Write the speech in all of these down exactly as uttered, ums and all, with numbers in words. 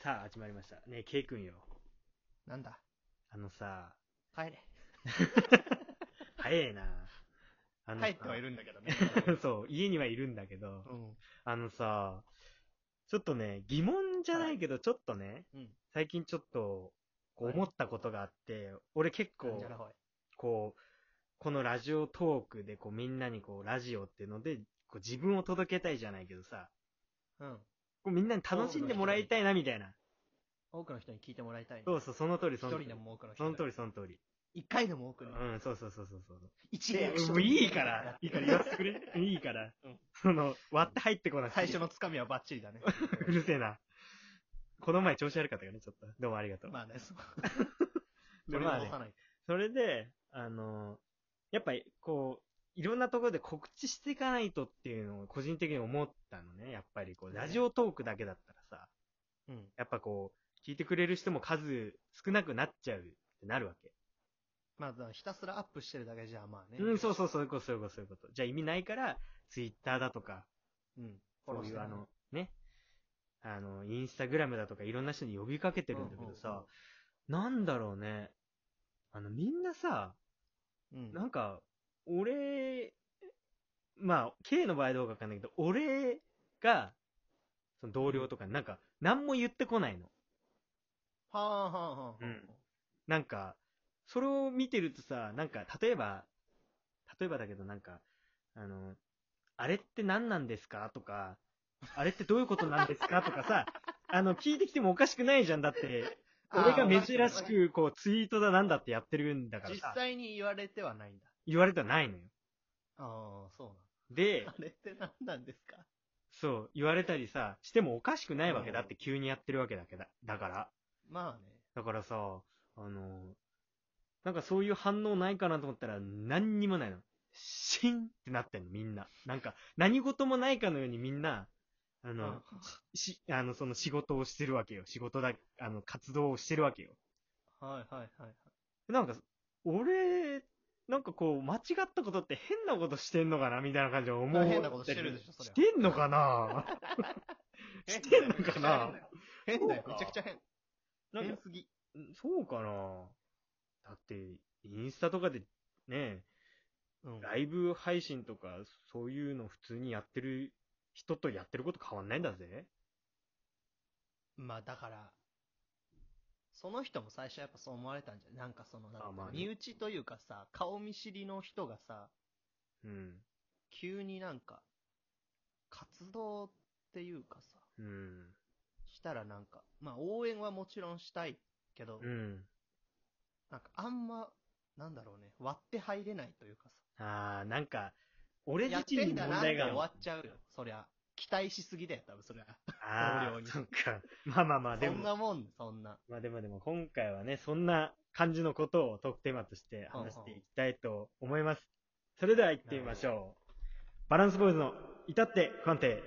さあ始まりましたねえ、ケイ君よ。 なんだあのさ、 帰れ。 早いな。あのさ帰ってはいるんだけどね。 そう、家にはいるんだけど、 うん。 あのさ、ちょっとね、疑問じゃないけど、ちょっとね、 うん。 最近ちょっと、こうはい思ったことがあって、俺結構なんじゃ、らほい。 こう、このラジオトークで、こう、みんなにこう、ラジオっていうので、こう、自分を届けたいじゃないけどさ、 うん。 こうみんなに楽しんでもらいたいな、みたいな。 多くの人に聞いてもらいたいね。 そうそう、その通り、その通り。 一人でも多くの人で。 その通り、その通り。 一回でも多くね。 うん、そうそうそうそうそう。 一で、 リアクションもういいから、いいから言わせてくれ。いいから。 うんその、割って入ってこなくて。 最初のつかみはバッチリだね。 うるせえな。この前調子悪かったからね、ちょっと。どうもありがとう。 まあね、そう。 で、まあね取り戻さ、ない。 それで、あの、やっぱり、こう、いろんなところで告知していかないとっていうのを個人的に思ったのね。やっぱりこう、ラジオトークだけだったらさ、 うん。 やっぱこう、聞いてくれる人も数少なくなっちゃうってなるわけ。 まあ、ひたすらアップしてるだけじゃ、まあね。 うん、そうそう、そういうこと、そういうこと、そういうこと。じゃあ意味ないから、ツイッターだとか、 うん。 そういうあの、ね、あの、インスタグラムだとかいろんな人に呼びかけてるんだけどさ、なんだろうね。あの、みんなさ、 うん。 なんか、俺、まあ、K の場合どうかわかんないけど、俺が、その同僚とかになんか、何も言ってこないの。 はあはあはあはあ。 うんなんか、それを見てるとさ、なんか、例えば、例えばだけどなんか、あの、あれって何なんですかとか、あれってどういうことなんですかとかさ、あの、聞いてきてもおかしくないじゃん。だって、俺が珍しく、こう、ツイートだなんだってやってるんだから実さ、 際に言われてはないんだ。 言われてはないのよ。 ああ、そうなんで、 あれって何なんですか？ そう、言われたりさ、してもおかしくないわけだうんって急にやってるわけだけだ。だから。 まあね。 だからさ、あの、なんかそういう反応ないかなと思ったら何にもないの。シーンってなってんの、みんな。なんか、何事もないかのようにみんな、あの、 うんし、あの、その仕事をしてるわけよ。仕事だ、あの、活動をしてるわけよ。 はいはいはいはい。 なんか、俺、なんかこう、間違ったことって変なことしてんのかなみたいな感じで思う。 変なことしてるでしょそりゃしてんのかなしてんのかな変だよ。 そうかめちゃくちゃ変。 なんか変すぎ。 そうかなだって、インスタとかでね、 うん。 ライブ配信とか、そういうの普通にやってる人とやってること変わんないんだぜ。 まあだから、その人も最初やっぱそう思われたんじゃない？なんかその、だってあまあね身内というかさ、顔見知りの人がさ、 うん。 急になんか、活動っていうかさ、 うん。 したらなんか、まあ応援はもちろんしたいけど、 うん。 なんかあんま、なんだろうね、割って入れないというかさ、 あー、なんか、俺やっ自身にてんだなって問題がある。 終わっちゃうよ。そりゃ。期待しすぎだよ、多分そりゃ。 あ同僚にー、そっか。まあまあまあ、でそんも、 なもん、そんな。 まあでもでも、今回はね、そんな感じのことをトークテーマとして話していきたいと思います。それでは行ってみましょう。バランスボーイズの至って不安定。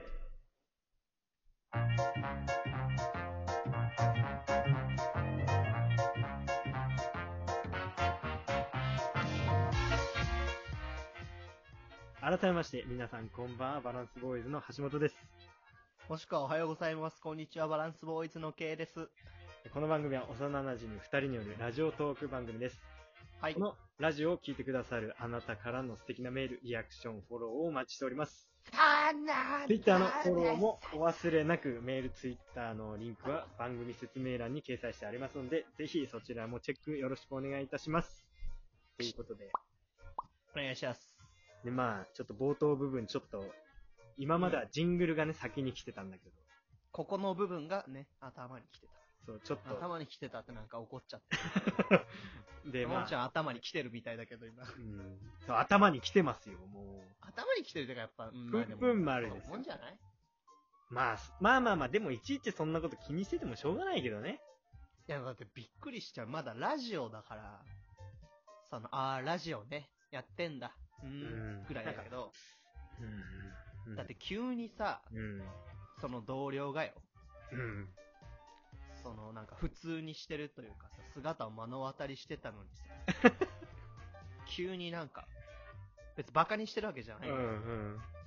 改めまして、皆さんこんばんは、バランスボーイズの橋本です。 もしくはおはようございます。こんにちは。バランスボーイズの K です。 この番組は幼馴染ふたりによるラジオトーク番組です。 はいこ。のラジオを聞いてくださるあなたからの素敵なメール、リアクション、フォローをお待ちしております。Twitter のフォローもお忘れなく、メール、Twitter のリンクは番組説明欄に掲載してありますので、ぜひそちらもチェックよろしくお願いいたします。ということで、 お願いします。 で、まあ、ちょっと冒頭部分、ちょっと、今まではジングルがね、先に来てたんだけど、 ここの部分がね、頭に来てそう、ちょった。 と、 頭に来てたってなんか怒っちゃって。 で、まあ、 もんちゃん頭に来てるみたいだけど、今。 うん、そう頭に来てますよ、も頭に来てるとかやっぱ、うん、 プンプン丸ですよそんなもんじゃない？ う。まあ、まあまあまあ、でもいちいちそんなこと気にしててもしょうがないけどね。 いや、だってびっくりしちゃう。まだラジオだから、その、あー、ラジオね、やってんだ。うーうんん、ぐらいだけど、 うん。 だって急にさ、 うん。 その同僚がよ、 うん。 そのなんか普通にしてるというかさ、姿を目の当たりしてたのにさ、急になんか、別にバカにしてるわけじゃない、 うん。うん。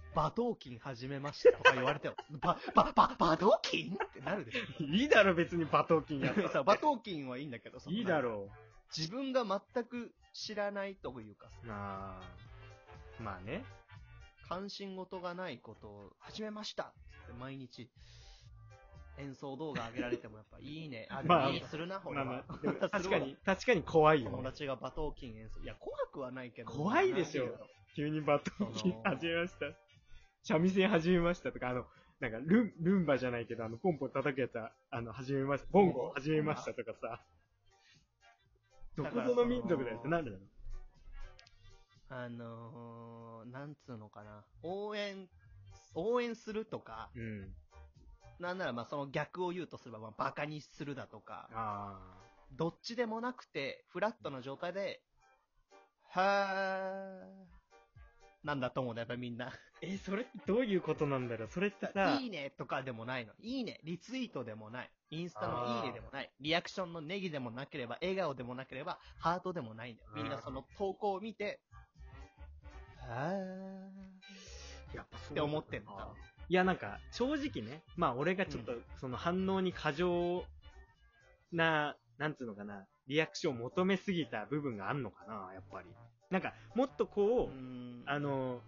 馬頭琴始めましたとか言われても、ば、ば、ば、馬頭琴ってなるでしょ。 いいだろ、別に馬頭琴やったさ、馬頭琴はいいんだけど、そのいいだろ自分が全く知らないというかさ、 う。まあ、まあね。 関心事がないことを始めましたって毎日演奏動画上げられてもやっぱいいね。あ、でまあもいいするな、俺は。 まあまあ、でもするわ確かに、確かに怖いよ友ね。 達が馬頭琴演奏。いや、怖くはないけど。 怖いでしょなんだろ急に馬頭琴その始めました。三味線始めましたとか、あの、なんかルン、ルンバじゃないけど、あの、ポンポン叩くやつは、あの、始めました。ボンゴ始めましたとかさ。どこぞの民族だよってなんでだろう。 あのー、なんつうのかな。応援、応援するとか、 うん。 なんならまあその逆を言うとすれば、まあバカにするだとか、 あどっちでもなくて、フラットな状態で、はー、なんだと思うんだよ、やっぱりみんな。 ー。え、それってどういうことなんだろうそれってさ、 いいねとかでもないの。いいね、リツイートでもない。インスタのいいねでもない。リアクションのネギでもなければ、笑顔でもなければ、ハートでもないんだよ。みんなその投稿を見て、はー、 やっぱそうって思ってんのかいや、なんか、正直ね、まあ、俺がちょっと、その反応に過剰な、なんつうのかな、リアクションを求めすぎた部分があんのかな、やっぱり。なんか、もっとこう、 うーんあの、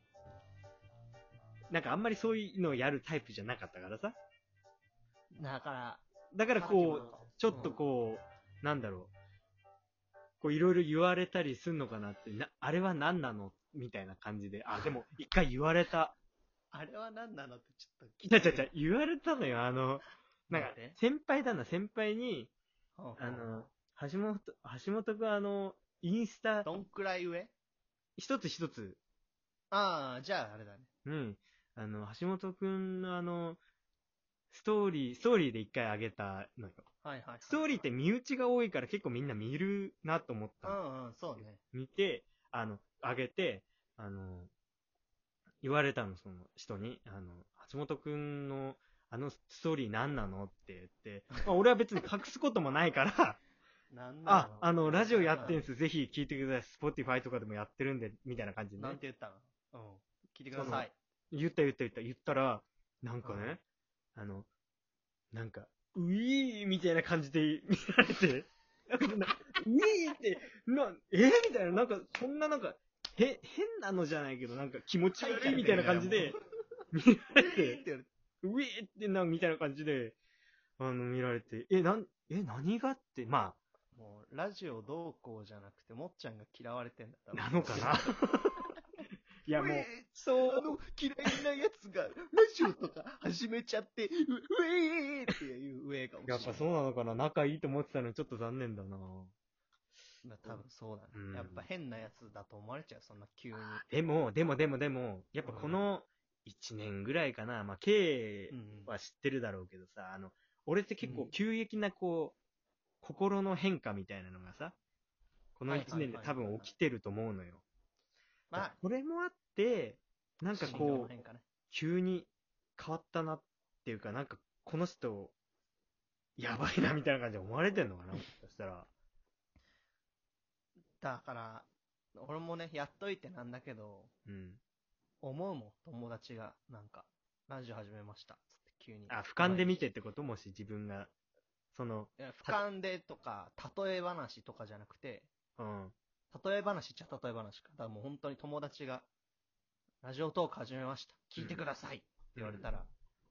なんかあんまりそういうのをやるタイプじゃなかったからさ。 だから、 だからこう、ちょっとこう、なんだろう。こういろいろ言われたりすんのかなって、な、あれは何なのみたいな感じで。あ、でも、一回言われた。 あれは何なのってちょっといや、ちゃちゃ、言われたのよ。あの、なんかなんで、 先輩だな、先輩に、 ほうほうあの、橋本、橋本くんあの、インスタ、 どんくらい上一つ一つ、 ああ、じゃああれだね。 うん、あの、橋本くんのあの、ストーリー、ストーリーで一回あげたのよ。 はいはい、はい。 ストーリーって身内が多いから結構みんな見るなと思ったの。 うんうん、そうね。 見て、あの、あげて、あの、言われたの、その人に。あの、橋本くんのあのストーリー何なのって言って、まあ、俺は別に隠すこともないから、 なんあ、 なあの、ラジオやってんす、ぜひ聞いてください。スポティファイとかでもやってるんで、みたいな感じでね。 なんて言ったのうん。聞いてください。 言った言った言った。言ったら、なんかね、あの、なんか、ウィーみたいな感じで見られて、なんかそんな、ウィーって、な、えみたいな、なんか、そんななんか、へ、変なのじゃないけど、なんか気持ち悪いみたいな感じで、見られて、ウィーってな、みたいな感じで、あの、見られて、え、なん、え、何がって、まもう、ラジオどうこうじゃなくて、もっちゃんが嫌われてんだ。多あ、 分なのかないや、もう、 そう。あの、嫌いなやつが、ラジオとか始めちゃって、う、うえーっていう上かもしれない。 やっぱそうなのかな仲いいと思ってたのにちょっと残念だなまあ、多分そうだね、 うん。 やっぱ変なやつだと思われちゃう、そんな急に。 でも、でもでもでも、やっぱこのいちねんぐらいかな、まあ、K うんは知ってるだろうけどさ、あの、俺って結構うん急激なこう、心の変化みたいなのがさ、このいちねんで多分起きてると思うのよ。 まあ、 これもあって、なんか心境のこう、 変化ね。 急に変わったなっていうか、なんかこの人、やばいなみたいな感じで思われてんのかなもしかしたら。 だから、俺もね、やっといてなんだけど、 うん。 思うもん、友達が、なんか、ラジオ始めました、つって急に。 あ、俯瞰で見てってこともし自分が、その、 いや俯瞰でとか、例え話とかじゃなくて、 うん。 例え話っちゃ例え話か。だからもう本当に友達が、ラジオトーク始めました。聞いてくださいって言われたら、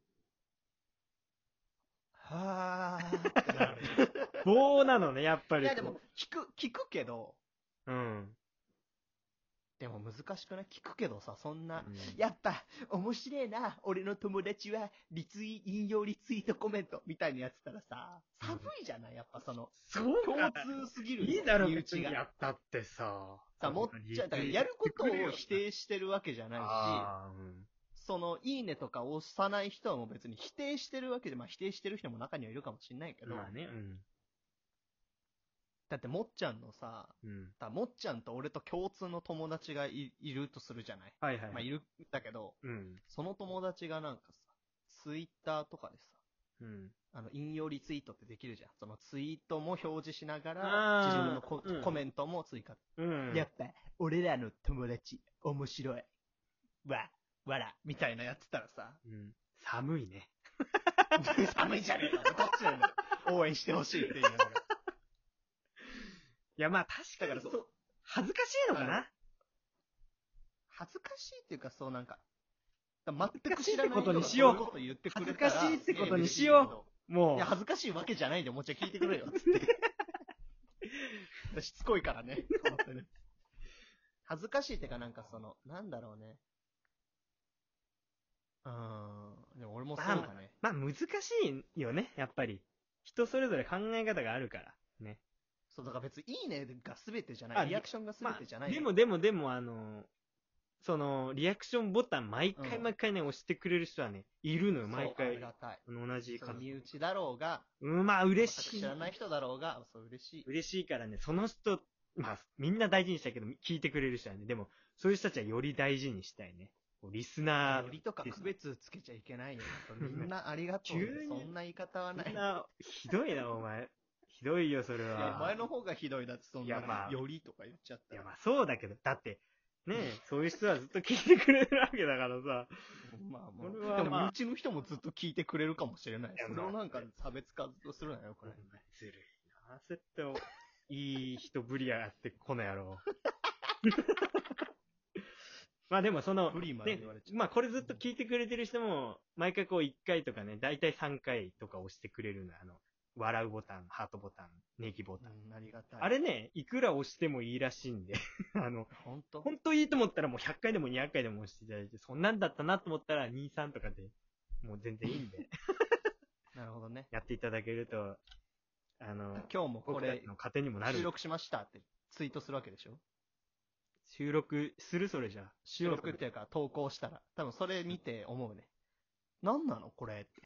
はーってなる。 そうなのね、やっぱり。 いやでも、聞く、聞くけど、 うん。 でも難しくない聞くけどさ、そんな、 うんやっぱ、面白いな、俺の友達は、リツイ、引用リツイートコメントみたいにやってたらさ、寒いじゃないやっぱその、 そう共か。 通すぎるいいだろ、 身別に内が。 やったってさ。 さ、もっちゃん、だからやることを否定してるわけじゃないし、 あーうん。 その、いいねとか押さない人も別に否定してるわけで、まあ否定してる人も中にはいるかもしれないけど、 まあね、うん。 だってもっちゃんのさ、 うん。 だもっちゃんと俺と共通の友達が い, いるとするじゃない。 はいはい。 まあいるんだけど、 うん。 その友達がなんかさ、ツイッターとかでさ、 うん。 あの、引用リツイートってできるじゃん。そのツイートも表示しながあら、 ー自分のコ,、 うんコメントも追加。 うん。 やっぱ、俺らの友達、面白い。わ、 わら、みたいなやってたらさ、 うん。寒いね。 寒いじゃねえか、どっちなんだよ。応援してほしいって言いながら。 いや、まあ確かに、 だからそう、 恥ずかしいのかな。 恥ずかしいっていうか、そうなんか、全く知らない人ことがにしようそういうこと言ってくれたら恥ずかしいってことにしすげえよう。 嬉しいけどもう。 いや、恥ずかしいわけじゃないんで、もうちょい聞いてくれよ、つって。しつこいからね、本当に。恥ずかしいってか、なんかその、なんだろうね。うーん、でも俺もそうだね。 まあ難しいよね、やっぱり。人それぞれ考え方があるから。ね。 そう、だから別にいいねが全てじゃなあい。リアクションが全てじゃないの。 でもでもでも、あの、その、リアクションボタン毎回うん毎回ね、押してくれる人はね、いるのよ、毎そうあ回り。がたい。 あの同じその感身内だろうが、 うん、まあ嬉全くしい。 知らない人だろうが、そう嬉しい。 嬉しいからね、その人、まあ、みんな大事にしたいけど、聞いてくれる人はね、でも、そういう人たちはより大事にしたいね。こうリスナー。 よりとか区別つけちゃいけないよ。みんなありがとう急にそんな言い方はない。 みんな、ひどいな、お前。ひどいよ、それいや、 は。 お前の方がひどいだって、そんな、 いやまあよりとか言っちゃったいや、 ら。 まあそうだけど、だって、ねえ、そういう人はずっと聞いてくれるわけだからさ。 まあまあ。 俺はでも、 まあうちの人もずっと聞いてくれるかもしれない。 いやそれをなんか差別化するなよ、これ。 ずるいな。そうやって、いい人ぶりやがって、この野郎。まあでもその、 ブリまでね言われちゃう。 まあこれずっと聞いてくれてる人も、毎回こういっかいとかね、だいたいさんかいとか押してくれるの。あの、笑うボタン、ハートボタン、ネギボタン。 うん、ありがたい。 あれね、いくら押してもいいらしいんで、あの、 ほんと本当いいと思ったらもうひゃっかいでもにひゃっかいでも押していただいて、そんなんだったなと思ったらに、さんとかで、もう全然いいんで、 なるほどね。 やっていただけると、あの、 今日もこれ僕たち、の糧にもなる。 収録しましたってツイートするわけでしょ収録するそれじゃ。 収録っていうか投稿したら。多分それ見て思うね。なんなのこれって。